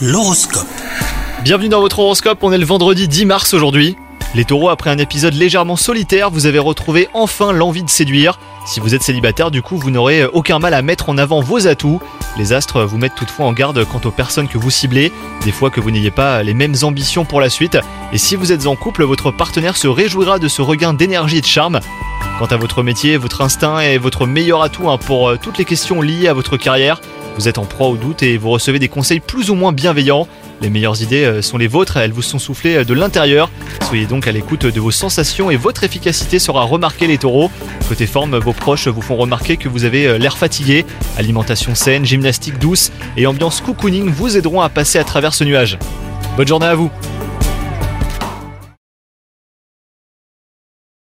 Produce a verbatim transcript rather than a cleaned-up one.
L'horoscope. Bienvenue dans votre horoscope, on est le vendredi dix mars aujourd'hui. Les taureaux, après un épisode légèrement solitaire, vous avez retrouvé enfin l'envie de séduire. Si vous êtes célibataire, du coup, vous n'aurez aucun mal à mettre en avant vos atouts. Les astres vous mettent toutefois en garde quant aux personnes que vous ciblez, des fois que vous n'ayez pas les mêmes ambitions pour la suite. Et si vous êtes en couple, votre partenaire se réjouira de ce regain d'énergie et de charme. Quant à votre métier, votre instinct est votre meilleur atout hein, pour toutes les questions liées à votre carrière. Vous êtes en proie au doute et vous recevez des conseils plus ou moins bienveillants. Les meilleures idées sont les vôtres, elles vous sont soufflées de l'intérieur. Soyez donc à l'écoute de vos sensations et votre efficacité sera remarquée les taureaux. Côté forme, vos proches vous font remarquer que vous avez l'air fatigué. Alimentation saine, gymnastique douce et ambiance cocooning vous aideront à passer à travers ce nuage. Bonne journée à vous!